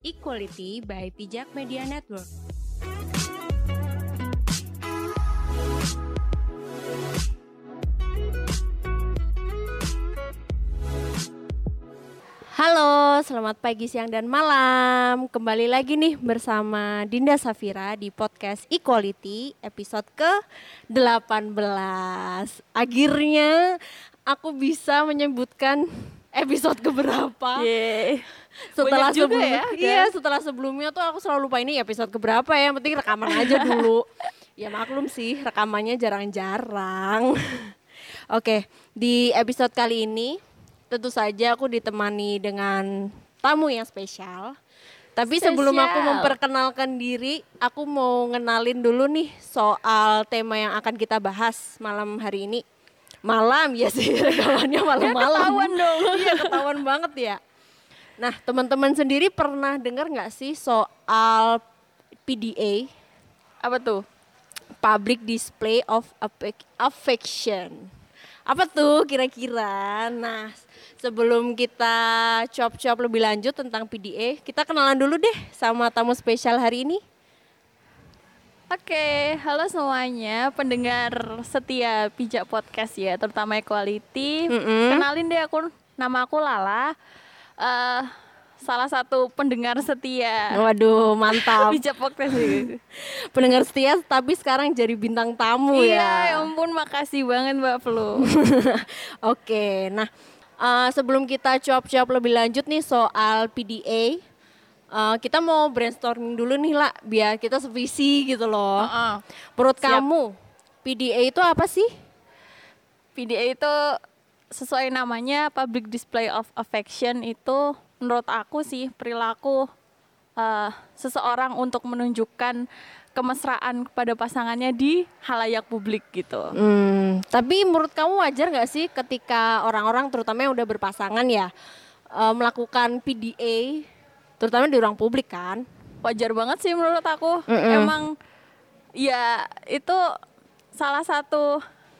Equality by Pijak Media Network. Halo, selamat pagi, siang, dan malam. Kembali lagi nih bersama Dinda Safira di podcast Equality episode ke-18. Akhirnya aku bisa menyebutkan episode keberapa. Setelah sebelumnya, setelah sebelumnya tuh aku selalu lupa ini episode keberapa ya. Yang penting rekaman aja dulu. Ya maklum sih, rekamannya jarang-jarang. Oke, di episode kali ini tentu saja aku ditemani dengan tamu yang spesial. Tapi sebelum aku memperkenalkan diri, aku mau ngenalin dulu nih soal tema yang akan kita bahas malam hari ini. Malam ya sih, rekamannya malam-malam. Ketahuan dong. Iya, ketahuan banget ya. Nah, teman-teman sendiri pernah dengar nggak sih soal PDA? Apa tuh? Public Display of Affection. Apa tuh kira-kira? Nah, sebelum kita cuap-cuap lebih lanjut tentang PDA, kita kenalan dulu deh sama tamu spesial hari ini. Oke, halo semuanya pendengar setia Pijak Podcast ya, terutama Equality. Kenalin deh nama aku Lala, salah satu pendengar setia. Waduh, mantap. Pijak Podcast gitu. Pendengar setia tapi sekarang jadi bintang tamu ya. Iya, ya ampun, makasih banget Mbak Flu. Oke, nah sebelum kita cuap-cuap lebih lanjut nih soal PDA, kita mau brainstorming dulu nih lah, biar kita sevisi gitu loh. Menurut kamu, PDA itu apa sih? PDA itu sesuai namanya, Public Display of Affection, itu menurut aku sih perilaku seseorang untuk menunjukkan kemesraan kepada pasangannya di halayak publik gitu. Tapi menurut kamu wajar gak sih ketika orang-orang terutama yang udah berpasangan ya melakukan PDA terutama di ruang publik kan? Wajar banget sih menurut aku. Emang ya itu salah satu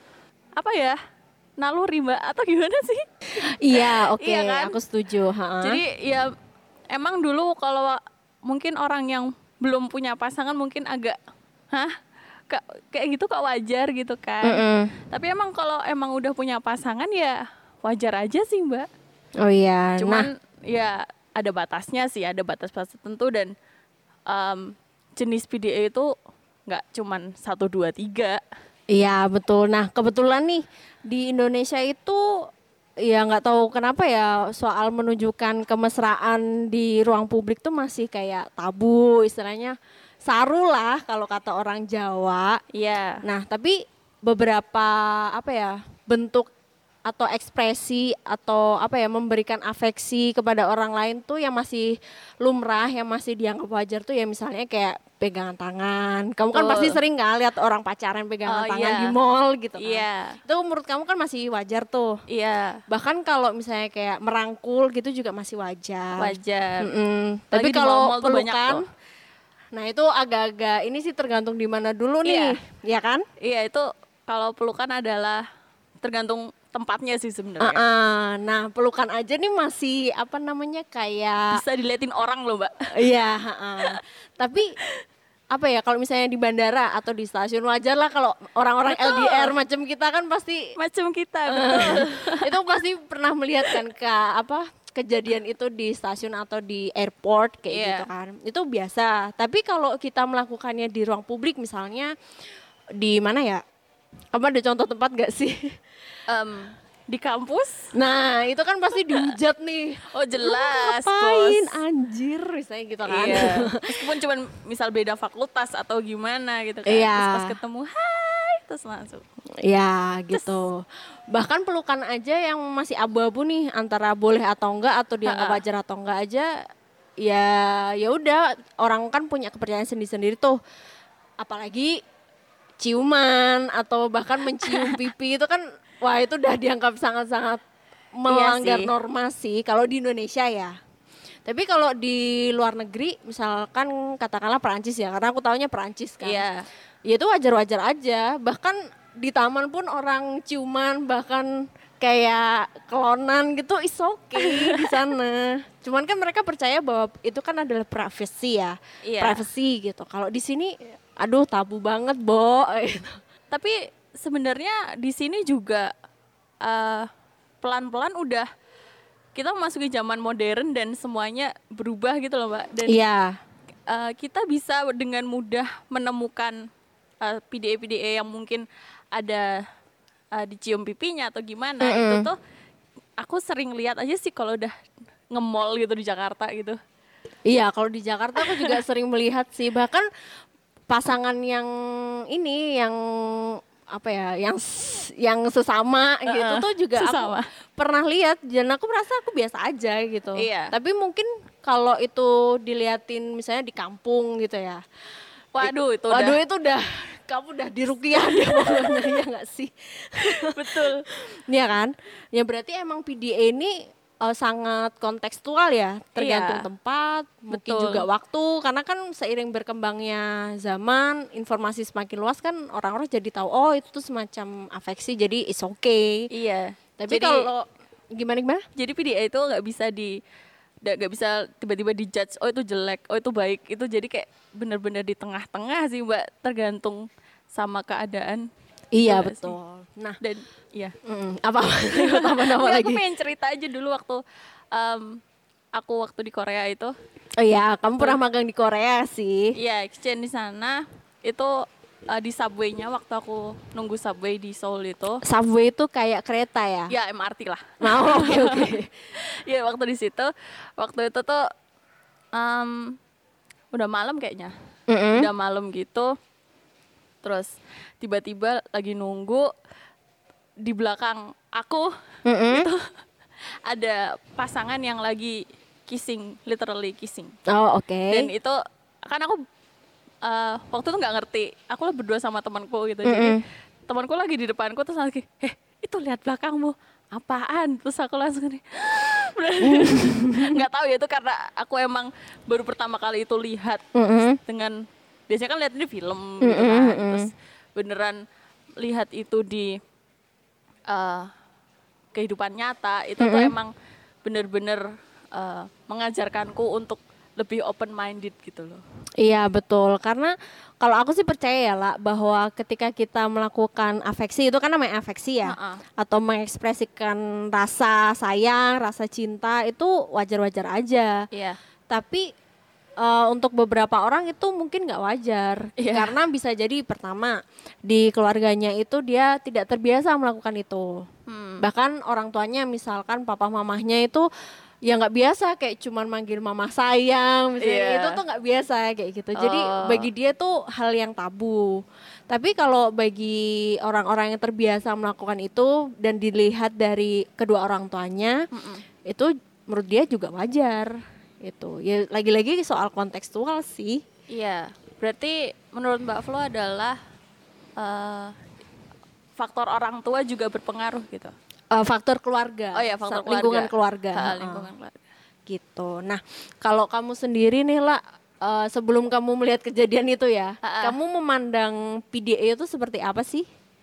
naluri Mbak, atau gimana sih? Iya, oke, Iya kan? aku setuju. Jadi ya emang dulu kalau mungkin orang yang belum punya pasangan mungkin agak kayak gitu kok wajar gitu kan. Tapi emang kalau emang udah punya pasangan ya wajar aja sih Mbak. Oh iya. Cuman ya ada batasnya sih, ada batas-batas tertentu, dan jenis PDA itu nggak cuman 1, 2, 3. Iya betul. Nah kebetulan nih di Indonesia itu ya nggak tahu kenapa ya soal menunjukkan kemesraan di ruang publik tuh masih kayak tabu, istilahnya saru lah kalau kata orang Jawa. Iya. Nah tapi beberapa bentuk atau ekspresi atau memberikan afeksi kepada orang lain tuh yang masih lumrah, yang masih dianggap wajar tuh ya misalnya kayak pegangan tangan. Kamu kan pasti sering kan lihat orang pacaran pegangan tangan di mall gitu kan. Iya. Itu menurut kamu kan masih wajar tuh. Iya. Bahkan kalau misalnya kayak merangkul gitu juga masih wajar. Wajar. Tapi kalau pelukan, nah itu agak-agak ini sih tergantung di mana dulu nih, ya kan? Iya, itu kalau pelukan adalah tergantung tempatnya sih sebenarnya. Nah pelukan aja nih masih kayak bisa diliatin orang loh Mbak. Iya. Tapi kalau misalnya di bandara atau di stasiun wajar lah kalau orang-orang LDR macam kita kan pasti macam kita betul. Itu pasti pernah melihat kan kejadian itu di stasiun atau di airport kayak gitu kan. Itu biasa. Tapi kalau kita melakukannya di ruang publik misalnya di mana ya? Apa ada contoh tempat gak sih? Di kampus. Nah itu kan pasti dihujat nih. Oh jelas, ngapain anjir misalnya gitu kan. Iya. Meskipun cuman misal beda fakultas atau gimana gitu kan. Iya. Terus pas ketemu hai terus langsung. Ya gitu. Bahkan pelukan aja yang masih abu-abu nih antara boleh atau enggak atau dianggap wajar atau enggak aja. Ya udah, orang kan punya kepercayaan sendiri-sendiri tuh. Apalagi ciuman atau bahkan mencium pipi itu kan wah itu udah dianggap sangat-sangat melanggar norma sih kalau di Indonesia ya. Tapi kalau di luar negeri misalkan katakanlah Perancis ya, karena aku taunya Perancis kan. Iya. Ya itu wajar-wajar aja. Bahkan di taman pun orang ciuman, bahkan kayak klonan gitu is okay di sana. Cuman kan mereka percaya bahwa itu kan adalah privacy ya. Privacy gitu. Kalau di sini aduh tabu banget, Bo. Gitu. Tapi sebenarnya di sini juga pelan-pelan udah kita memasuki zaman modern dan semuanya berubah gitu loh, Mbak. Dan kita bisa dengan mudah menemukan PDA yang mungkin ada dicium pipinya atau gimana. Itu tuh aku sering lihat aja sih kalau udah nge-mall gitu di Jakarta gitu. Iya, kalau di Jakarta aku juga sering melihat sih, bahkan pasangan yang ini yang apa ya, yang sesama gitu tuh juga sesama. Aku pernah lihat dan aku merasa aku biasa aja gitu. Tapi mungkin kalau itu diliatin misalnya di kampung gitu ya. Waduh itu udah kamu udah diruqyah deh pokoknya, ya nggak sih? Betul. Iya kan? Ya berarti emang PDA ini sangat kontekstual ya, tergantung tempat, mungkin juga waktu, karena kan seiring berkembangnya zaman, informasi semakin luas kan orang-orang jadi tahu oh itu tuh semacam afeksi, jadi it's okay. Tapi kalau gimana? Jadi PDA itu nggak bisa tiba-tiba dijudge oh itu jelek, oh itu baik, itu jadi kayak benar-benar di tengah-tengah sih Mbak, tergantung sama keadaan. Iya betul. Nah dan apa lagi? Aku pengen cerita aja dulu waktu aku di Korea itu. Oh iya, kamu pernah magang di Korea sih? Iya, exchange di sana. Itu di subway-nya waktu aku nunggu subway di Seoul itu. Subway itu kayak kereta ya? Ya MRT lah. Oke. Ya waktu di situ, waktu itu tuh udah malam kayaknya. Udah malam gitu. Terus tiba-tiba lagi nunggu di belakang aku itu ada pasangan yang lagi literally kissing. Oh oke. Dan itu kan aku waktu itu nggak ngerti, aku lah berdua sama temanku gitu. Jadi temanku lagi di depanku terus lagi, itu lihat belakangmu apaan? Terus aku langsung nih nggak tahu ya, itu karena aku emang baru pertama kali itu lihat dengan biasanya kan lihat di film gitu kan, terus beneran lihat itu di kehidupan nyata itu tuh emang bener-bener mengajarkanku untuk lebih open minded gitu loh. Iya betul, karena kalau aku sih percaya ya lah bahwa ketika kita melakukan afeksi, itu kan namanya afeksi ya, atau mengekspresikan rasa sayang, rasa cinta, itu wajar-wajar aja. Tapi untuk beberapa orang itu mungkin nggak wajar, karena bisa jadi pertama di keluarganya itu dia tidak terbiasa melakukan itu, bahkan orang tuanya misalkan papa mamahnya itu ya nggak biasa, kayak cuman manggil mama sayang misalnya, itu tuh nggak biasa kayak gitu. Jadi bagi dia tuh hal yang tabu. Tapi kalau bagi orang-orang yang terbiasa melakukan itu dan dilihat dari kedua orang tuanya, itu menurut dia juga wajar. Itu ya lagi-lagi soal kontekstual sih. Iya, berarti menurut Mbak Flo adalah faktor orang tua juga berpengaruh gitu. Faktor keluarga. Oh ya, faktor lingkungan keluarga. Lingkungan keluarga. Gitu. Nah, kalau kamu sendiri nih lah, sebelum kamu melihat kejadian itu ya, kamu memandang PDA itu seperti apa sih?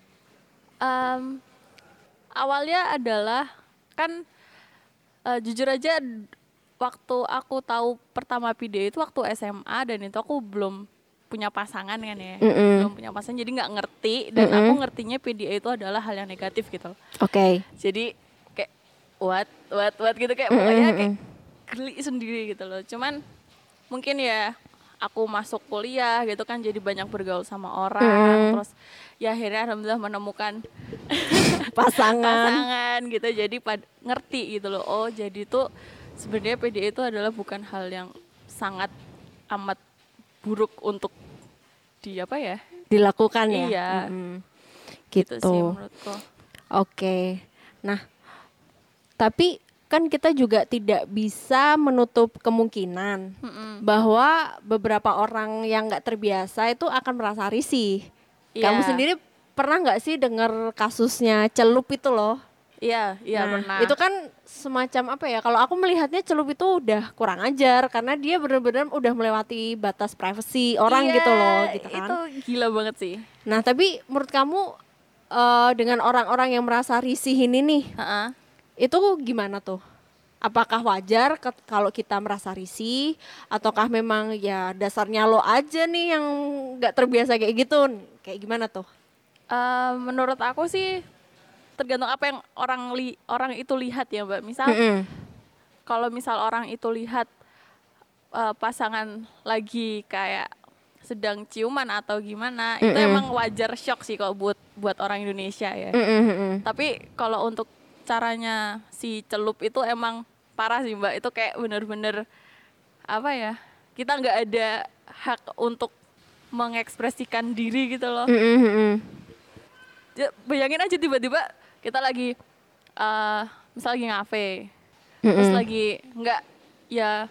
Awalnya adalah kan jujur aja waktu aku tahu pertama PDA itu waktu SMA, dan itu aku belum punya pasangan kan ya, belum punya pasangan, jadi nggak ngerti, dan aku ngertinya PDA itu adalah hal yang negatif gitu. Jadi kayak what gitu, kayak pokoknya kayak geli sendiri gitu loh. Cuman mungkin ya aku masuk kuliah gitu kan, jadi banyak bergaul sama orang, terus ya akhirnya alhamdulillah menemukan pasangan gitu, jadi ngerti gitu loh. Oh jadi tuh sebenarnya PDA itu adalah bukan hal yang sangat amat buruk untuk dilakukan ya. Iya. Gitu sih menurutku. Oke. Nah, tapi kan kita juga tidak bisa menutup kemungkinan bahwa beberapa orang yang nggak terbiasa itu akan merasa risih. Kamu sendiri pernah nggak sih dengar kasusnya celup itu loh? Iya, pernah. Itu kan semacam apa ya, kalau aku melihatnya celup itu udah kurang ajar, karena dia benar-benar udah melewati batas privasi orang gitu loh, gitu kan. Itu gila banget sih. Nah tapi menurut kamu dengan orang-orang yang merasa risih ini nih, itu gimana tuh? Apakah wajar kalau kita merasa risih, ataukah memang ya dasarnya lo aja nih yang nggak terbiasa kayak gitu? Kayak gimana tuh? Menurut aku sih tergantung apa yang orang itu lihat ya Mbak. Misal kalau misal orang itu lihat pasangan lagi kayak sedang ciuman atau gimana, itu emang wajar shock sih kalau buat orang Indonesia ya. Tapi kalau untuk caranya si celup itu emang parah sih Mbak. Itu kayak bener-bener apa ya, kita nggak ada hak untuk mengekspresikan diri gitu loh. Bayangin aja tiba-tiba kita lagi misal lagi ngafe, terus lagi nggak ya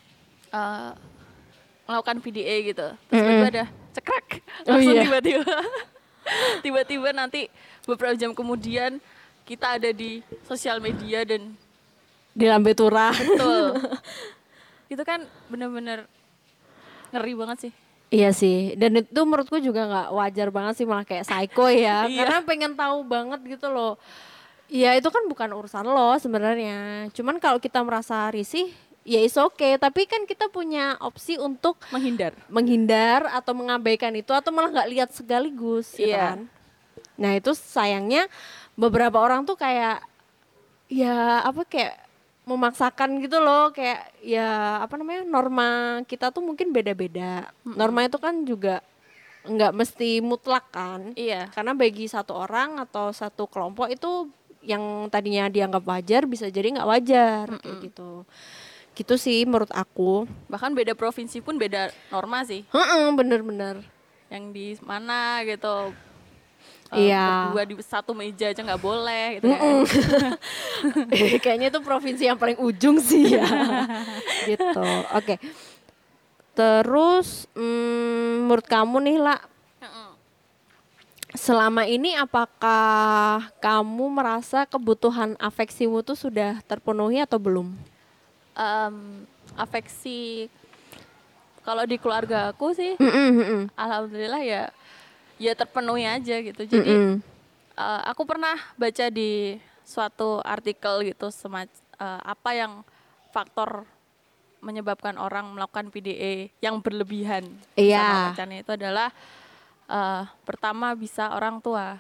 melakukan PDA gitu, terus tiba-tiba ada cekrek, langsung tiba-tiba nanti beberapa jam kemudian kita ada di sosial media dan di lambe turah. Betul. Itu kan benar-benar ngeri banget sih. Iya sih, dan itu menurutku juga nggak wajar banget sih, malah kayak psycho ya. Karena pengen tahu banget gitu loh. Ya itu kan bukan urusan lo sebenarnya. Cuman kalau kita merasa risih, ya is okay. Tapi kan kita punya opsi untuk menghindar atau mengabaikan itu, atau malah nggak lihat sekaligus, gitu kan. Nah itu sayangnya beberapa orang tuh kayak ya apa kayak memaksakan gitu loh, kayak ya apa namanya, norma kita tuh mungkin beda-beda. Norma itu kan juga nggak mesti mutlak kan. Karena bagi satu orang atau satu kelompok itu yang tadinya dianggap wajar bisa jadi nggak wajar kayak gitu. Gitu sih menurut aku. Bahkan beda provinsi pun beda norma sih. Bener-bener. Yang di mana gitu. Berdua di satu meja aja nggak boleh gitu kan. Kayaknya itu provinsi yang paling ujung sih ya. Gitu. Oke. Terus menurut kamu nih lah, selama ini apakah kamu merasa kebutuhan afeksimu tuh sudah terpenuhi atau belum? Afeksi kalau di keluarga aku sih alhamdulillah ya terpenuhi aja gitu. Jadi aku pernah baca di suatu artikel gitu apa yang faktor menyebabkan orang melakukan PDA yang berlebihan sama pacarnya, itu adalah pertama bisa orang tua.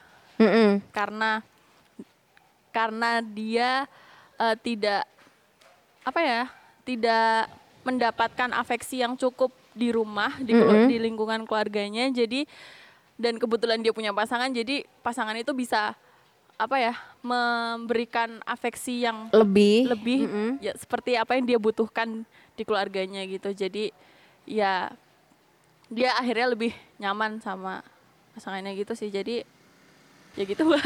Karena dia tidak mendapatkan afeksi yang cukup di rumah, di lingkungan keluarganya. Jadi dan kebetulan dia punya pasangan, jadi pasangan itu bisa memberikan afeksi yang lebih ya, seperti apa yang dia butuhkan di keluarganya gitu. Jadi ya dia akhirnya lebih nyaman sama pasangannya gitu sih. Jadi ya gitu Mbak.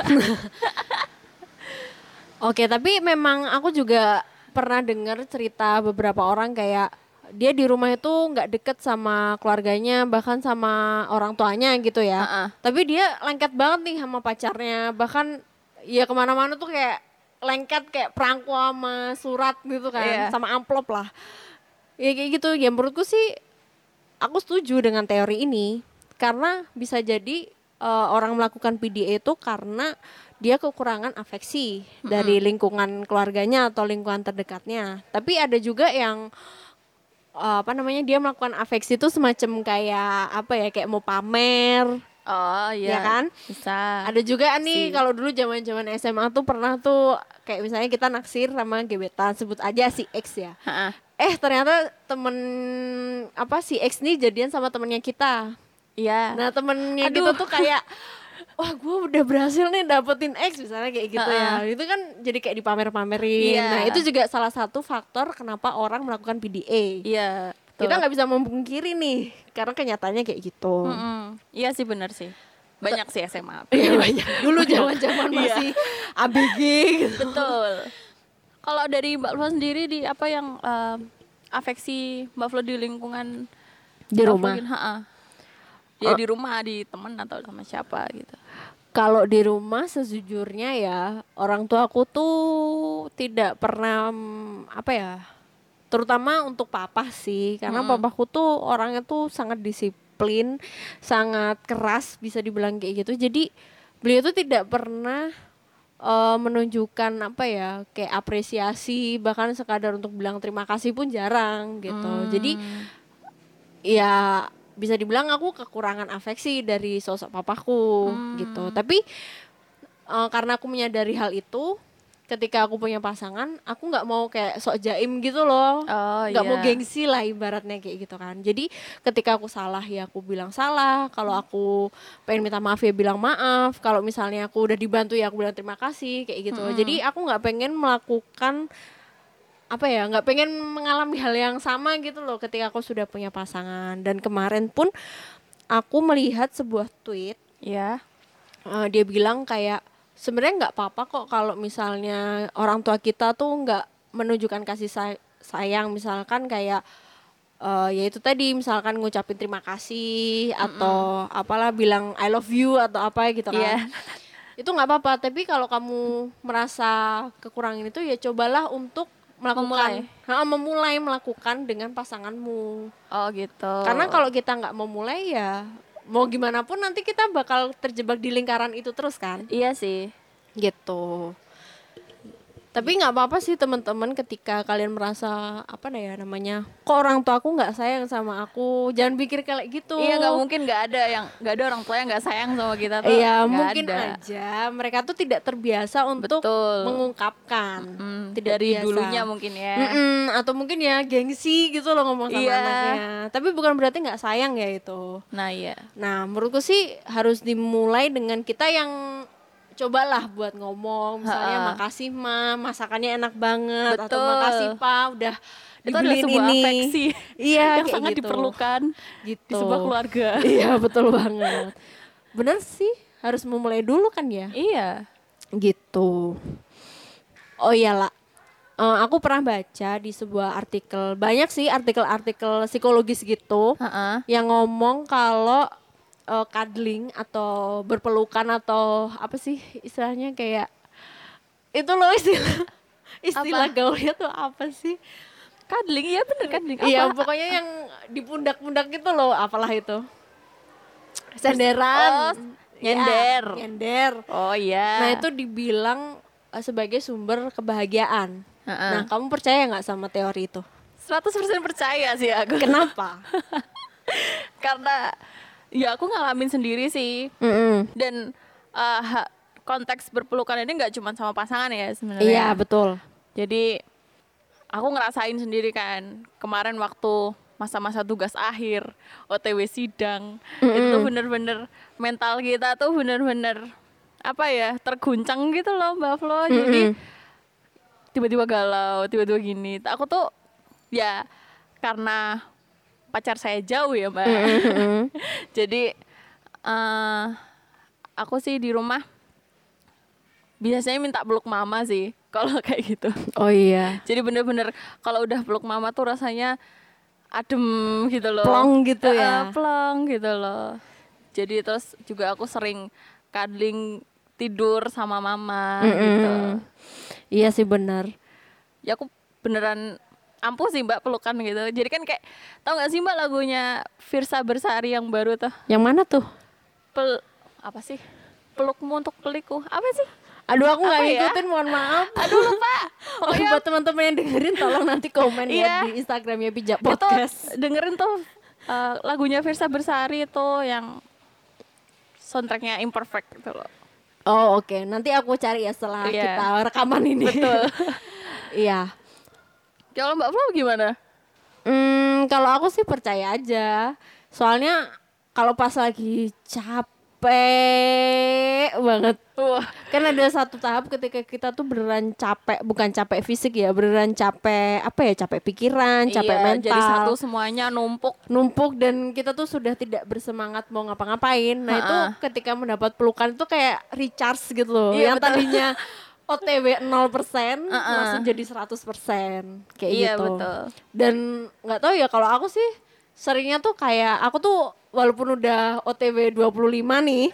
Oke, tapi memang aku juga pernah dengar cerita beberapa orang kayak dia di rumah itu nggak deket sama keluarganya, bahkan sama orang tuanya gitu ya. Tapi dia lengket banget nih sama pacarnya, bahkan ya kemana-mana tuh kayak lengket, kayak perangko sama surat gitu kan, sama amplop lah. Ya kayak gitu. Ya menurutku sih aku setuju dengan teori ini, karena bisa jadi orang melakukan PDA itu karena dia kekurangan afeksi dari lingkungan keluarganya atau lingkungan terdekatnya. Tapi ada juga yang dia melakukan afeksi itu semacam kayak mau pamer. Oh iya, ya kan? Bisa. Ada juga nih kalau dulu zaman-zaman SMA tuh pernah tuh kayak misalnya kita naksir sama gebetan, sebut aja si X ya. Ternyata si X nih jadian sama temennya kita. Iya. Nah temennya kita tuh kayak wah gue udah berhasil nih dapetin X misalnya kayak gitu ya. Itu kan jadi kayak dipamer-pamerin. Nah itu juga salah satu faktor kenapa orang melakukan PDA. Iya. Kita nggak bisa memungkiri nih, karena kenyataannya kayak gitu. Iya sih, benar sih. Banyak sih SMA. Iya banyak. Dulu zaman-zaman masih ABG gitu. Betul. Kalau dari Mbak Flo sendiri di apa yang afeksi Mbak Flo di lingkungan di rumah? Ya di rumah, di teman atau sama siapa gitu. Kalau di rumah sejujurnya ya orang tua aku tuh tidak pernah terutama untuk papa sih, karena papaku tuh orangnya tuh sangat disiplin, sangat keras bisa dibilang kayak gitu. Jadi beliau tuh tidak pernah menunjukkan apa ya, kayak apresiasi, bahkan sekadar untuk bilang terima kasih pun jarang gitu. Jadi ya bisa dibilang aku kekurangan afeksi dari sosok papaku gitu. Tapi karena aku menyadari hal itu, ketika aku punya pasangan, aku nggak mau kayak sok jaim gitu loh, nggak mau gengsi lah ibaratnya kayak gitu kan. Jadi ketika aku salah ya aku bilang salah, kalau aku pengen minta maaf ya bilang maaf, kalau misalnya aku udah dibantu ya aku bilang terima kasih kayak gitu. Jadi aku nggak pengen melakukan apa ya, nggak pengen mengalami hal yang sama gitu loh ketika aku sudah punya pasangan. Dan kemarin pun aku melihat sebuah tweet, dia bilang kayak sebenarnya nggak apa-apa kok kalau misalnya orang tua kita tuh nggak menunjukkan kasih sayang, misalkan kayak ya itu tadi, misalkan ngucapin terima kasih atau apalah, bilang I love you atau apa gitu kan. Itu nggak apa-apa, tapi kalau kamu merasa kekurangan itu ya cobalah untuk memulai melakukan dengan pasanganmu. Oh gitu. Karena kalau kita nggak memulai ya mau gimana pun nanti kita bakal terjebak di lingkaran itu terus kan. Iya sih. Gitu. Tapi nggak apa-apa sih teman-teman, ketika kalian merasa apa ya namanya, kok orang tua aku nggak sayang sama aku, jangan pikir kayak gitu. Iya, nggak ada orang tua yang nggak sayang sama kita tuh. Iya, mungkin aja mereka tuh tidak terbiasa untuk mengungkapkan, tidak dari biasa. Dulunya mungkin ya. Atau mungkin ya gengsi gitu loh ngomong sama anaknya. Tapi bukan berarti nggak sayang ya itu. Nah iya. Nah menurutku sih harus dimulai dengan kita yang cobalah buat ngomong, misalnya makasih ma, masakannya enak banget. Atau makasih pa, udah dibeliin itu adalah ini. Afeksi yang sangat gitu. Diperlukan gitu. Di sebuah keluarga. Iya betul banget. Bener sih, harus memulai dulu kan ya. Iya. Gitu. Oh iyalah, aku pernah baca di sebuah artikel, banyak sih artikel-artikel psikologis gitu, yang ngomong kalau cuddling atau berpelukan atau apa sih istilahnya, kayak itu loh istilah gaulnya tuh apa sih? Cuddling, ya bener cuddling. Iya pokoknya yang di pundak-pundak gitu loh, apalah itu, senderan, nyender. Oh iya. Nah itu dibilang sebagai sumber kebahagiaan. Nah kamu percaya nggak sama teori itu? 100% percaya sih aku. Kenapa? Karena ya aku ngalamin sendiri sih. Dan konteks berpelukan ini nggak cuma sama pasangan ya sebenarnya. Iya betul. Jadi aku ngerasain sendiri kan, kemarin waktu masa-masa tugas akhir, OTW sidang, itu tuh bener-bener mental kita tuh bener-bener apa ya, terguncang gitu loh Mbak Flo. Jadi tiba-tiba galau, tiba-tiba gini. Aku tuh ya karena pacar saya jauh ya Mbak. Jadi aku sih di rumah biasanya minta peluk mama sih kalau kayak gitu. Oh iya. Jadi bener-bener kalau udah peluk mama tuh rasanya adem gitu loh. Plong gitu ya. Plong gitu loh. Jadi terus juga aku sering cuddling tidur sama mama gitu. Iya sih benar. Ya aku beneran ampuh sih Mbak pelukan gitu. Jadi kan kayak, tahu nggak sih Mbak lagunya Firsa Bersari yang baru tuh? Yang mana tuh? Apa sih? Pelukmu untuk pelikku. Apa sih? Aduh aku nggak ngikutin, mohon maaf. Aduh lupa. Pokoknya buat teman-teman yang dengerin tolong nanti komen ya di Instagramnya Pijak Podcast. Itu dengerin tuh lagunya Firsa Bersari itu yang soundtracknya Imperfect gitu loh. Oh oke. Nanti aku cari ya setelah kita rekaman ini. Betul. Iya. Kalau Mbak Flo gimana? Kalau aku sih percaya aja. Soalnya kalau pas lagi capek banget, kan ada satu tahap ketika kita tuh beneran capek, bukan capek fisik ya, beneran capek apa ya, capek pikiran, capek mental. Jadi satu semuanya numpuk dan kita tuh sudah tidak bersemangat mau ngapa-ngapain. Nah itu ketika mendapat pelukan itu kayak recharge gitu loh. Yang tadinya OTW 0% langsung jadi 100% kayak gitu. Betul. Dan nggak tahu ya, kalau aku sih seringnya tuh kayak aku tuh walaupun udah OTW 25 nih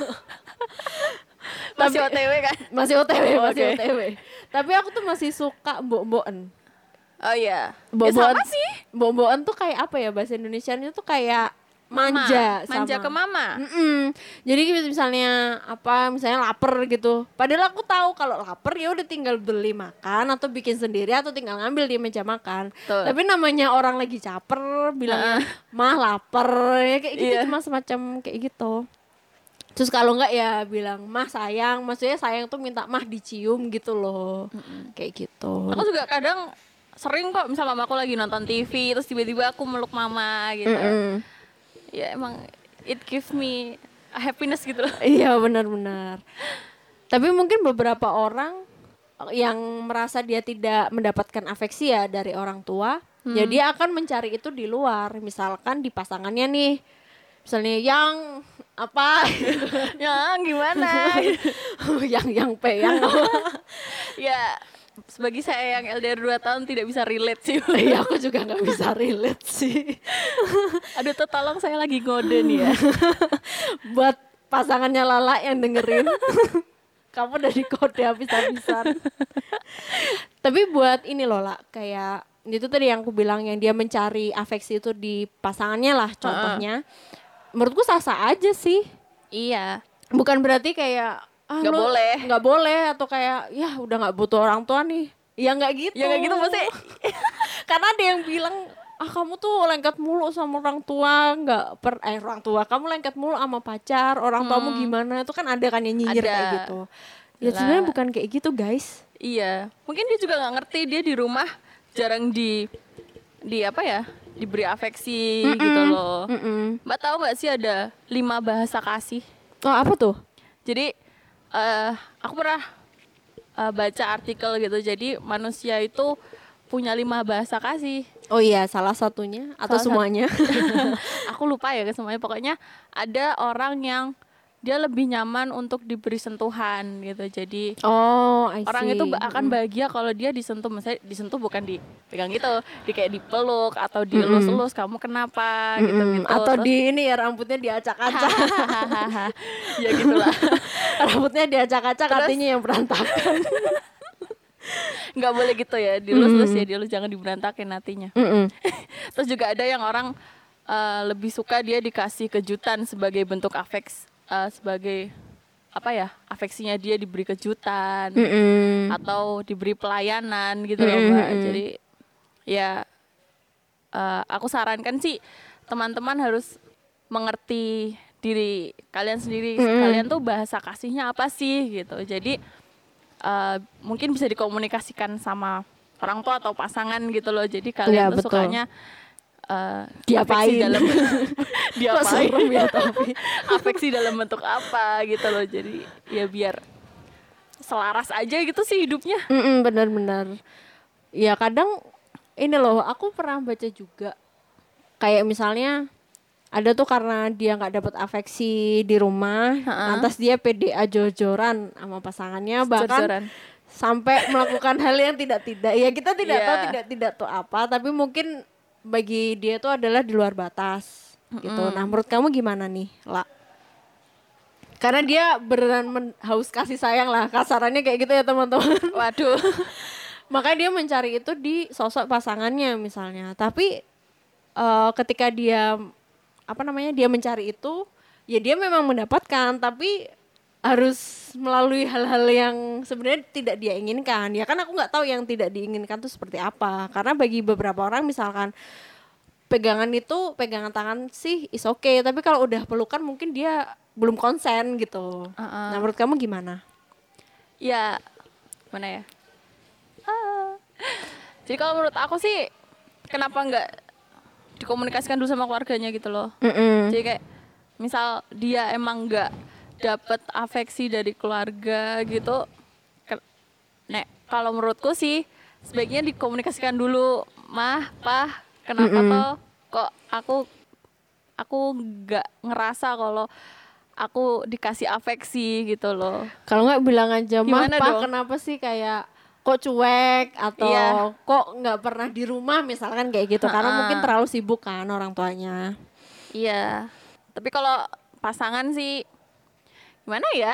masih OTW kan? Masih OTW. Tapi aku tuh masih suka mbok-mbokan. Oh iya. Mbok-mbokan sih. Mbok-mbokan tuh kayak apa ya bahasa Indonesianya tuh kayak manja ke mama. Jadi misalnya lapar gitu. Padahal aku tahu kalau lapar ya udah tinggal beli makan atau bikin sendiri atau tinggal ngambil di meja makan. Tuh. Tapi namanya orang lagi caper bilangnya mah lapar ya kayak gitu, cuma semacam kayak gitu. Terus kalau enggak ya bilang mah sayang, maksudnya sayang tuh minta mah dicium gitu loh. Kayak gitu. Aku juga kadang sering kok misal mamaku lagi nonton TV terus tiba-tiba aku meluk mama gitu. Ya emang it gives me a happiness gitu loh. Iya benar-benar. Tapi mungkin beberapa orang yang merasa dia tidak mendapatkan afeksi ya dari orang tua, ya dia akan mencari itu di luar. Misalkan di pasangannya nih, misalnya yang apa, yang gimana, yang P yang ya. Sebagai saya yang LDR 2 tahun tidak bisa relate sih. Iya aku juga gak bisa relate sih. Aduh tuh tolong saya lagi ngode nih ya. Buat pasangannya Lala yang dengerin, kamu udah dikode habis-habisan. Tapi buat ini loh lah, kayak itu tadi yang aku bilang yang dia mencari afeksi itu di pasangannya lah contohnya. Menurutku sah-sah aja sih. Iya. Bukan berarti kayak nggak boleh atau kayak ya udah nggak butuh orang tua nih ya nggak gitu maksudnya. Karena ada yang bilang kamu tuh lengket mulu sama orang tua orang tua kamu lengket mulu sama pacar orang tuamu gimana itu kan ada kan yang nyinyir kayak gitu ya sebenarnya bukan kayak gitu guys. Iya mungkin dia juga nggak ngerti, dia di rumah jarang diberi afeksi gitu loh. Mbak tahu nggak sih ada 5 bahasa kasih? Oh apa tuh? Jadi aku pernah baca artikel gitu. Jadi manusia itu punya 5 bahasa kasih. Oh iya, salah satunya atau semuanya? Aku lupa ya semuanya. Pokoknya ada orang yang dia lebih nyaman untuk diberi sentuhan gitu. Jadi orang itu akan bahagia kalau dia disentuh. Misalnya disentuh bukan dipegang gitu, kayak dipeluk atau dielus-elus. Kamu kenapa gitu. Atau terus, di ini ya rambutnya diacak-acak. Ya gitulah. Rambutnya diacak-acak, artinya yang berantakan. Nggak boleh gitu ya, dilus-lus ya, dilus, jangan diberantakin hatinya. Terus juga ada yang orang lebih suka dia dikasih kejutan sebagai bentuk sebagai afeksinya dia diberi kejutan atau diberi pelayanan gitu loh Mbak. Jadi ya aku sarankan sih teman-teman harus mengerti diri kalian sendiri, kalian tuh bahasa kasihnya apa sih gitu. Jadi mungkin bisa dikomunikasikan sama orang tua atau pasangan gitu loh. Jadi kalian tuh sukanya diapain dalam diapain ya, tapi afeksi dalam bentuk apa gitu loh. Jadi ya biar selaras aja gitu sih hidupnya. Benar-benar ya. Kadang ini loh aku pernah baca juga kayak misalnya ada tuh karena dia nggak dapat afeksi di rumah, lantas dia PDA jor-joran sama pasangannya, bahkan sampai melakukan hal yang tidak ya kita tidak tahu tidak tuh apa, tapi mungkin bagi dia tuh adalah di luar batas gitu. Nah menurut kamu gimana nih lah? Karena dia beneran haus kasih sayang lah, kasarannya kayak gitu ya teman-teman. Waduh. Makanya dia mencari itu di sosok pasangannya misalnya. Tapi ketika dia dia mencari itu, ya dia memang mendapatkan, tapi harus melalui hal-hal yang sebenarnya tidak dia inginkan. Ya kan aku nggak tahu yang tidak diinginkan itu seperti apa. Karena bagi beberapa orang misalkan pegangan tangan sih is okay, tapi kalau udah pelukan mungkin dia belum konsen gitu. Nah menurut kamu gimana? Ya mana ya? Jadi kalau menurut aku sih kenapa nggak dikomunikasikan dulu sama keluarganya gitu loh. Jadi kayak misal dia emang nggak dapat afeksi dari keluarga gitu, kalau menurutku sih sebaiknya dikomunikasikan dulu, mah, pah, kenapa toh kok aku nggak ngerasa kalau aku dikasih afeksi gitu loh. Kalau nggak bilang aja, mah, pah, kenapa sih kayak kok cuek atau kok nggak pernah di rumah misalkan kayak gitu, karena mungkin terlalu sibuk kan orang tuanya. Iya, tapi kalau pasangan sih gimana ya?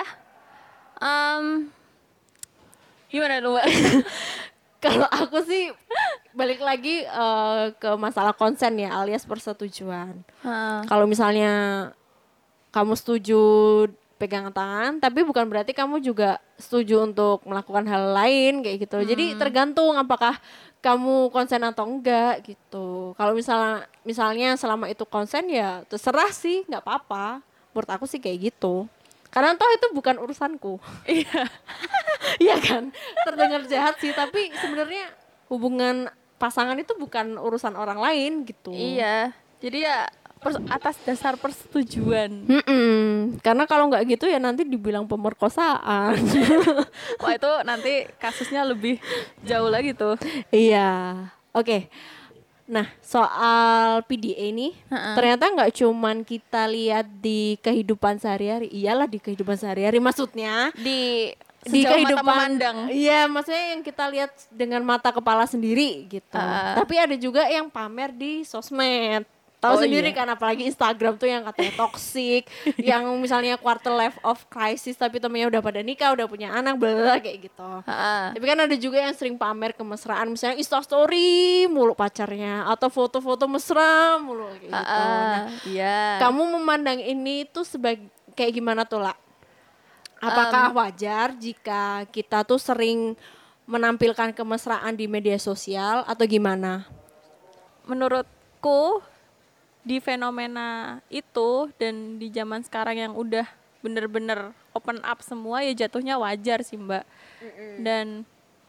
Gimana tuh Mbak? Kalau aku sih balik lagi ke masalah konsen ya, alias persetujuan. Kalau misalnya kamu setuju pegangan tangan, tapi bukan berarti kamu juga setuju untuk melakukan hal lain kayak gitu. Jadi tergantung apakah kamu konsen atau enggak gitu. Kalau misalnya selama itu konsen ya terserah sih, nggak apa-apa. Menurut aku sih kayak gitu. Karena toh itu bukan urusanku. Iya. Iya kan? Terdengar jahat sih, tapi sebenarnya hubungan pasangan itu bukan urusan orang lain gitu. Iya. Jadi ya atas dasar persetujuan. Karena kalau nggak gitu ya nanti dibilang pemerkosaan. Wah itu nanti kasusnya lebih jauh lagi tuh. Iya. Oke. Nah soal PDA ini ternyata nggak cuman kita lihat di kehidupan sehari-hari. Iyalah di kehidupan sehari-hari, maksudnya Di kehidupan mata memandang. Iya, maksudnya yang kita lihat dengan mata kepala sendiri gitu. Tapi ada juga yang pamer di sosmed. Tahu sendiri kan, apalagi Instagram tuh yang katanya toxic, yang misalnya quarter life of crisis tapi temennya udah pada nikah, udah punya anak, bla kayak gitu. Tapi kan ada juga yang sering pamer kemesraan, misalnya Instastory mulu pacarnya atau foto-foto mesra mulu kayak gitu. Nah, kamu memandang ini tuh sebagai kayak gimana tuh, La? Apakah wajar jika kita tuh sering menampilkan kemesraan di media sosial atau gimana? Menurutku di fenomena itu dan di zaman sekarang yang udah bener-bener open up semua ya jatuhnya wajar sih Mbak. Dan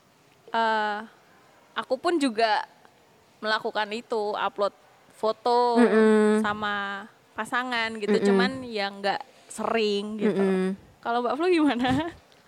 aku pun juga melakukan itu, upload foto sama pasangan gitu, cuman ya nggak sering gitu. Kalau Mbak Flu gimana?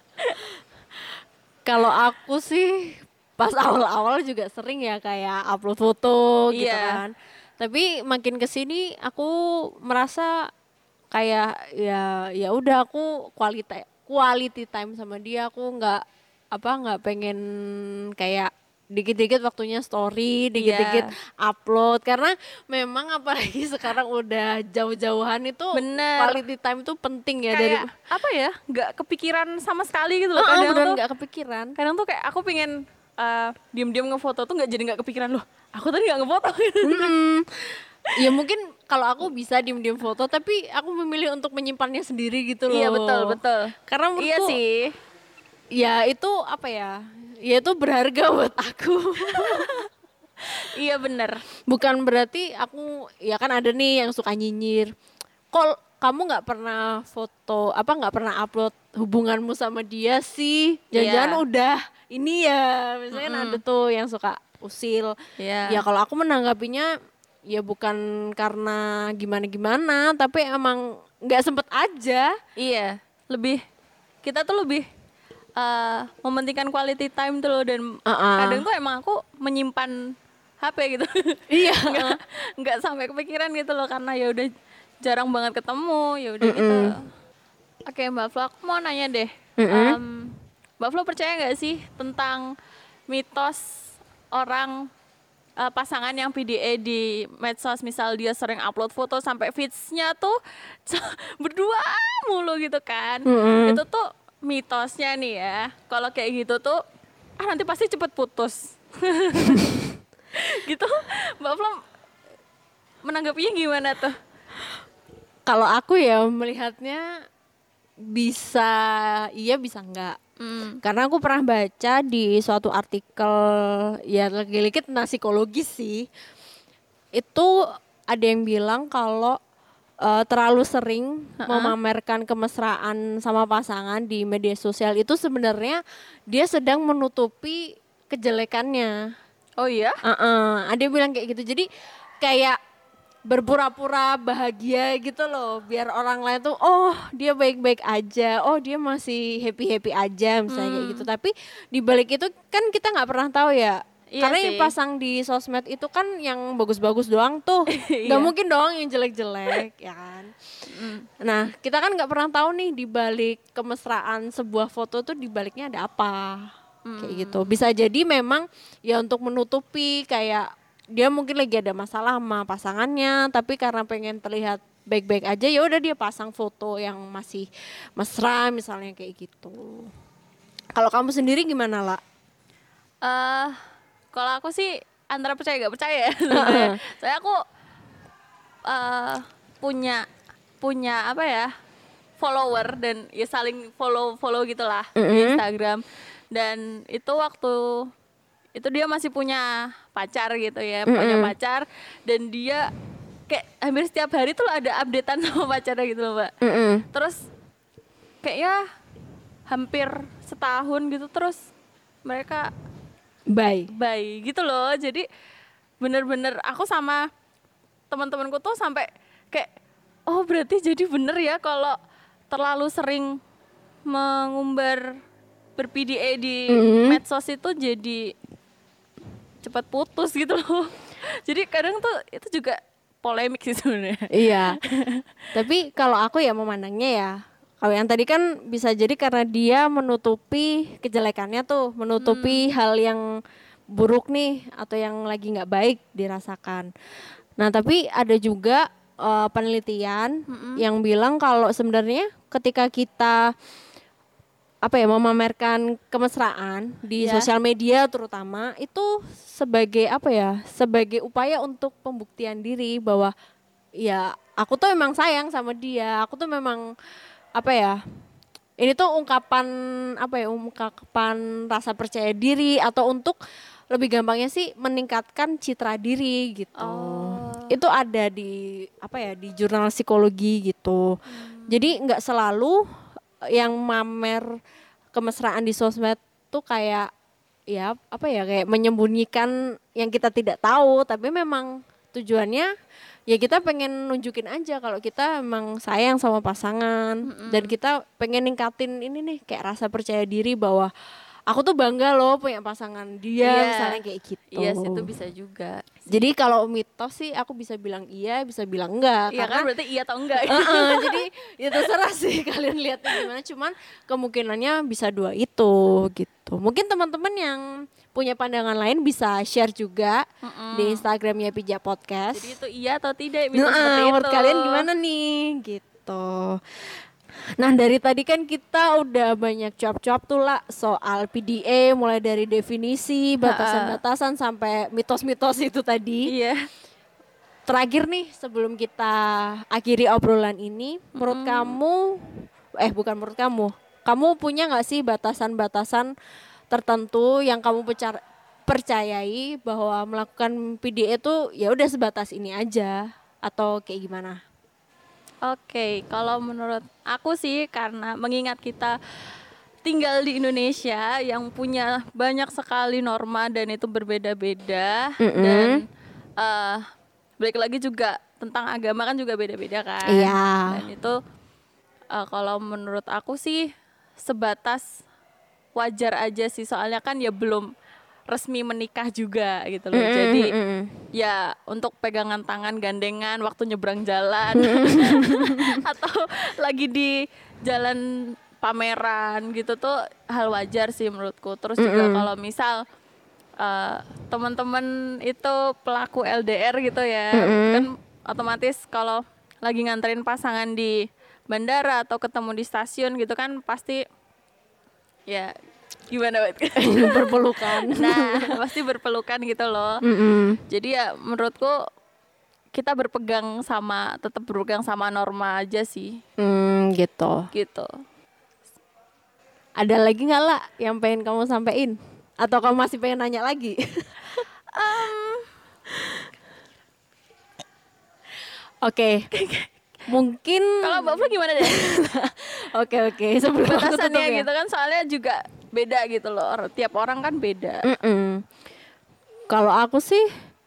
Kalau aku sih pas awal-awal juga sering ya kayak upload foto gitu kan. Tapi makin kesini aku merasa kayak ya udah aku quality time sama dia. Aku nggak pengen kayak dikit-dikit waktunya story, dikit-dikit upload, karena memang apalagi sekarang udah jauh-jauhan itu quality time itu penting ya. Kayak dari apa ya, nggak kepikiran sama sekali gitu loh. Kadang tuh nggak kepikiran. Kadang tuh kayak aku pengen diam-diam ngefoto tuh jadi nggak kepikiran loh. Aku tadi nggak ngefoto gitu. Ya mungkin kalau aku bisa diem-diem foto, tapi aku memilih untuk menyimpannya sendiri gitu loh. Iya betul. Karena menurutku iya sih. Ya itu apa ya? Ya itu berharga buat aku. Iya bener. Bukan berarti aku, ya kan ada nih yang suka nyinyir. Kok kamu nggak pernah foto, nggak pernah upload hubunganmu sama dia sih? Jangan-jangan udah ini ya, misalnya ada tuh yang suka usil. Ya kalau aku menanggapinya ya bukan karena gimana-gimana, tapi emang nggak sempet aja. Iya, kita tuh lebih mementingkan quality time tuh loh, dan kadang tuh emang aku menyimpan HP gitu. Iya. nggak sampai kepikiran gitu loh, karena ya udah jarang banget ketemu, ya udah gitu. Oke Mbak Flo, aku mau nanya deh, Mbak Flo percaya nggak sih tentang mitos orang pasangan yang PDA di medsos, misal dia sering upload foto sampai feeds-nya tuh berdua mulu gitu kan. Itu tuh mitosnya nih ya. Kalau kayak gitu tuh nanti pasti cepet putus. Gitu. Mbak Flo menanggapinya gimana tuh? Kalau aku ya melihatnya bisa iya bisa enggak. Karena aku pernah baca di suatu artikel ya lagi-lagi tentang psikologis sih. Itu ada yang bilang kalau terlalu sering memamerkan kemesraan sama pasangan di media sosial itu sebenarnya dia sedang menutupi kejelekannya. Oh iya? Ada yang bilang kayak gitu. Jadi kayak berpura-pura bahagia gitu loh, biar orang lain tuh oh dia baik-baik aja, oh dia masih happy-happy aja misalnya kayak gitu. Tapi di balik itu kan kita nggak pernah tahu ya. Iya Karena sih. yang pasang di sosmed itu kan yang bagus-bagus doang tuh, nggak mungkin dong yang jelek-jelek ya kan. Nah kita kan nggak pernah tahu nih di balik kemesraan sebuah foto tuh di baliknya ada apa kayak gitu. Bisa jadi memang ya untuk menutupi kayak dia mungkin lagi ada masalah sama pasangannya, tapi karena pengen terlihat baik-baik aja ya udah dia pasang foto yang masih mesra misalnya kayak gitu. Kalau kamu sendiri gimana, La? Kalau aku sih antara percaya gak percaya. Soalnya aku punya apa ya, follower dan ya saling follow gitulah di Instagram. Dan itu waktu itu dia masih punya pacar gitu ya, punya pacar, dan dia kayak hampir setiap hari tuh ada updatean sama pacarnya gitu loh, Mbak. Terus kayaknya hampir setahun gitu, terus mereka bye gitu loh. Jadi bener-bener aku sama teman-temanku tuh sampai kayak, oh berarti jadi bener ya kalau terlalu sering mengumbar ber-PDA di medsos itu jadi cepat putus gitu loh. Jadi kadang tuh itu juga polemik sih sebenarnya. Iya. Tapi kalau aku ya memandangnya ya, kalau yang tadi kan bisa jadi karena dia menutupi kejelekannya tuh, menutupi hal yang buruk nih atau yang lagi nggak baik dirasakan. Nah tapi ada juga penelitian yang bilang kalau sebenarnya ketika kita memamerkan kemesraan di sosial media terutama, itu sebagai sebagai upaya untuk pembuktian diri bahwa ya aku tuh emang sayang sama dia, aku tuh memang ini tuh ungkapan rasa percaya diri, atau untuk lebih gampangnya sih meningkatkan citra diri gitu. Itu ada di di jurnal psikologi gitu. Jadi nggak selalu yang mamer kemesraan di sosmed tuh kayak kayak menyembunyikan yang kita tidak tahu, tapi memang tujuannya ya kita pengen nunjukin aja kalau kita emang sayang sama pasangan, dan kita pengen ningkatin ini nih kayak rasa percaya diri bahwa aku tuh bangga loh punya pasangan dia, misalnya kayak gitu. Iya, itu bisa juga. Jadi kalau mitos sih aku bisa bilang iya, bisa bilang enggak. Iya, karena kan berarti iya atau enggak. Jadi ya terserah sih kalian lihatnya gimana. Cuman kemungkinannya bisa dua itu gitu. Mungkin teman-teman yang punya pandangan lain bisa share juga di Instagramnya Pijak Podcast. Jadi itu iya atau tidak, mitos seperti itu. Menurut kalian gimana nih gitu. Nah dari tadi kan kita udah banyak cuap-cuap tuh lah soal PDA, mulai dari definisi, batasan-batasan sampai mitos-mitos itu tadi. Iya. Terakhir nih sebelum kita akhiri obrolan ini, menurut kamu punya nggak sih batasan-batasan tertentu yang kamu percayai bahwa melakukan PDA itu ya udah sebatas ini aja, atau kayak gimana? Oke, kalau menurut aku sih karena mengingat kita tinggal di Indonesia yang punya banyak sekali norma dan itu berbeda-beda, dan balik lagi juga tentang agama kan juga beda-beda kan. Iya. Dan itu kalau menurut aku sih sebatas wajar aja sih, soalnya kan ya belum resmi menikah juga gitu loh. Jadi ya untuk pegangan tangan, gandengan waktu nyebrang jalan atau lagi di jalan pameran gitu tuh hal wajar sih menurutku. Terus juga kalau misal teman-teman itu pelaku LDR gitu ya, kan otomatis kalau lagi nganterin pasangan di bandara atau ketemu di stasiun gitu kan pasti ya gimana berpelukan. Nah pasti berpelukan gitu loh. Jadi ya menurutku kita tetap berpegang sama norma aja sih. Gitu. Ada lagi nggak lah yang pengen kamu sampein, atau kamu masih pengen nanya lagi? Oke. Mungkin kalau Mbak Flo gimana deh? Oke. Sebelum batasannya gitu kan, soalnya juga beda gitu loh. Tiap orang kan beda. Kalau aku sih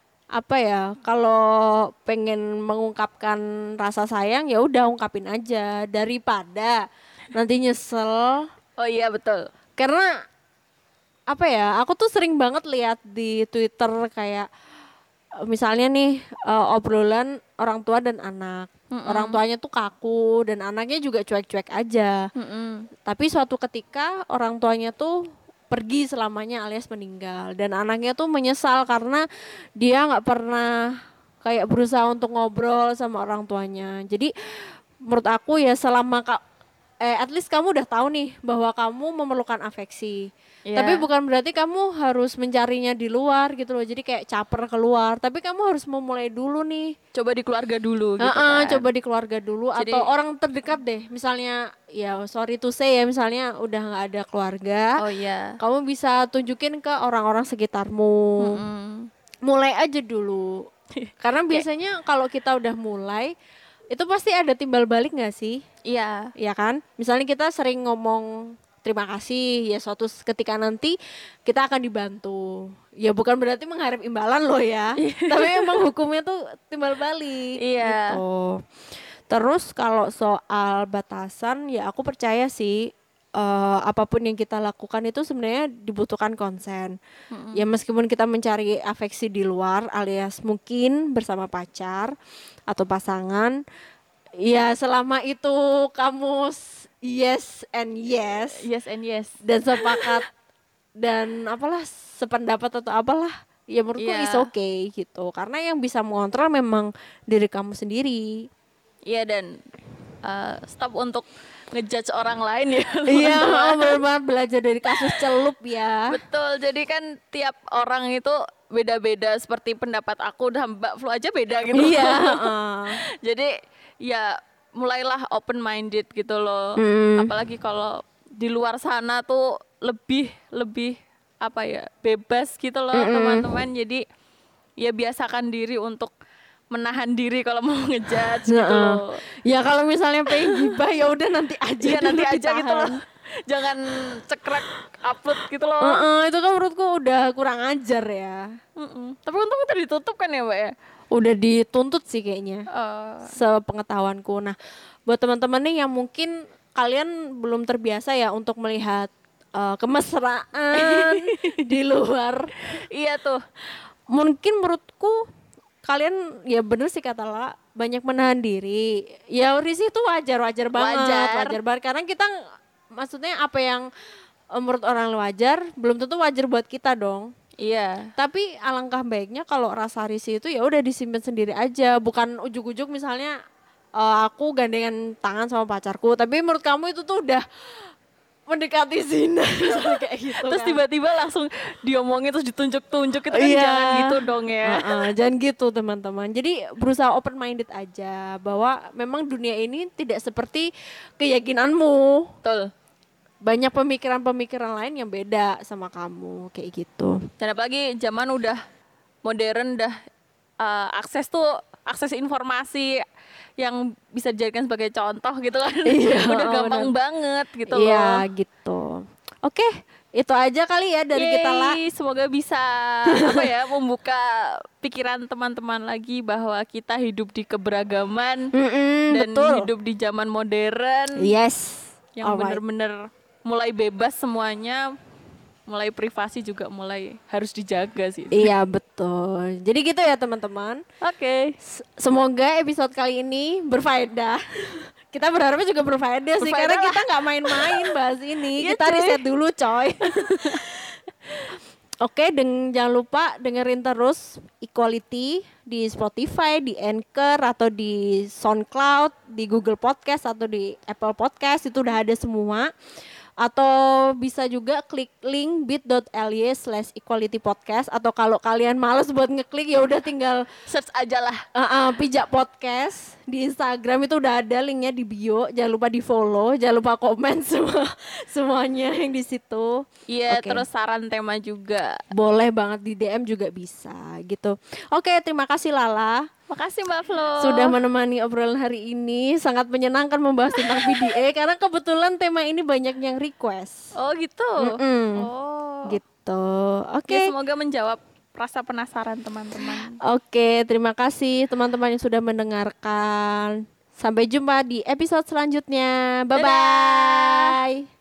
kalau pengen mengungkapkan rasa sayang ya udah ungkapin aja daripada nanti nyesel. Oh iya betul. Karena aku tuh sering banget lihat di Twitter kayak misalnya nih obrolan orang tua dan anak. Orang tuanya tuh kaku dan anaknya juga cuek-cuek aja. Tapi suatu ketika orang tuanya tuh pergi selamanya alias meninggal, dan anaknya tuh menyesal karena dia nggak pernah kayak berusaha untuk ngobrol sama orang tuanya. Jadi menurut aku ya selama at least kamu udah tahu nih bahwa kamu memerlukan afeksi. Yeah. Tapi bukan berarti kamu harus mencarinya di luar gitu loh. Jadi kayak caper keluar. Tapi kamu harus memulai dulu nih. Coba di keluarga dulu gitu kan. Coba di keluarga dulu. Jadi, atau orang terdekat deh. Misalnya ya sorry to say ya, misalnya udah gak ada keluarga. Oh iya. Kamu bisa tunjukin ke orang-orang sekitarmu. Mulai aja dulu. Karena biasanya kalau kita udah mulai, itu pasti ada timbal balik gak sih? Iya. Iya kan? Misalnya kita sering ngomong terima kasih, ya suatu ketika nanti kita akan dibantu. Ya bukan berarti mengharap imbalan loh ya. Tapi emang hukumnya tuh timbal balik. Iya. Gitu. Terus kalau soal batasan, ya aku percaya sih apapun yang kita lakukan itu sebenarnya dibutuhkan konsen. Ya meskipun kita mencari afeksi di luar alias mungkin bersama pacar atau pasangan, ya selama itu kamu yes and yes dan sepakat dan apalah sependapat atau apalah, ya menurutku is okay gitu. Karena yang bisa mengontrol memang diri kamu sendiri. Iya, dan stop untuk ngejudge orang lain ya. Iya, benar-benar belajar dari kasus celup ya. Betul, jadi kan tiap orang itu beda-beda, seperti pendapat aku dan Mbak Flo aja beda gitu. Iya. Jadi ya mulailah open minded gitu loh. Apalagi kalau di luar sana tuh lebih apa ya, bebas gitu loh teman-teman. Jadi ya biasakan diri untuk menahan diri kalau mau ngejudge gitu loh. Ya kalau misalnya pengen gibah ya udah nanti aja. Ya nanti aja gitu loh. Jangan cekrek upload gitu loh. Itu kan menurutku udah kurang ajar ya. Tapi untung udah ditutup kan ya Mbak ya? Udah dituntut sih kayaknya, sepengetahuanku. Nah, buat teman-teman nih yang mungkin kalian belum terbiasa ya untuk melihat kemesraan di luar. Iya tuh. Mungkin menurutku kalian ya bener sih kata Lala, banyak menahan diri. Ya risih itu wajar banget. Karena kita maksudnya apa yang menurut orang wajar belum tentu wajar buat kita dong. Iya. Tapi alangkah baiknya kalau rasa risih itu ya udah disimpan sendiri aja, bukan ujuk-ujuk misalnya aku gandengan tangan sama pacarku, tapi menurut kamu itu tuh udah mendekati zina kayak gitu. Terus kan. Tiba-tiba langsung diomongin terus ditunjuk-tunjuk itu kan jangan gitu dong ya. Jangan gitu teman-teman. Jadi berusaha open minded aja bahwa memang dunia ini tidak seperti keyakinanmu. Betul. Banyak pemikiran-pemikiran lain yang beda sama kamu kayak gitu. Dan apalagi zaman udah modern, udah akses informasi yang bisa dijadikan sebagai contoh gitu kan. Udah gampang banget gitu loh. Iya gitu. Oke, itu aja kali ya dari kita lah. Semoga bisa membuka pikiran teman-teman lagi bahwa kita hidup di keberagaman dan betul. hidup di zaman modern. Yes. Yang benar-benar mulai bebas semuanya, mulai privasi juga mulai harus dijaga sih. Iya betul. Jadi gitu ya teman-teman. Oke. Semoga episode kali ini berfaedah. Kita berharapnya juga berfaedah sih, karena kita nggak main-main bahas ini. Kita riset dulu coy. Oke, jangan lupa dengerin terus Equality di Spotify, di Anchor, atau di SoundCloud, di Google Podcast, atau di Apple Podcast. Itu udah ada semua. Atau bisa juga klik link bit.ly/equality podcast. Atau kalau kalian malas buat ngeklik ya udah tinggal search aja lah. Pijak Podcast di Instagram, itu udah ada linknya di bio. Jangan lupa di follow, jangan lupa komen semuanya yang di situ. Iya, terus saran tema juga boleh banget, di DM juga bisa gitu. Oke, terima kasih Lala. Makasih Mbak Flo sudah menemani obrolan hari ini. Sangat menyenangkan membahas tentang PDA karena kebetulan tema ini banyak yang request. Oh gitu. Gitu. Oke. Ya, semoga menjawab rasa penasaran teman-teman. Oke, terima kasih teman-teman yang sudah mendengarkan. Sampai jumpa di episode selanjutnya. Bye bye.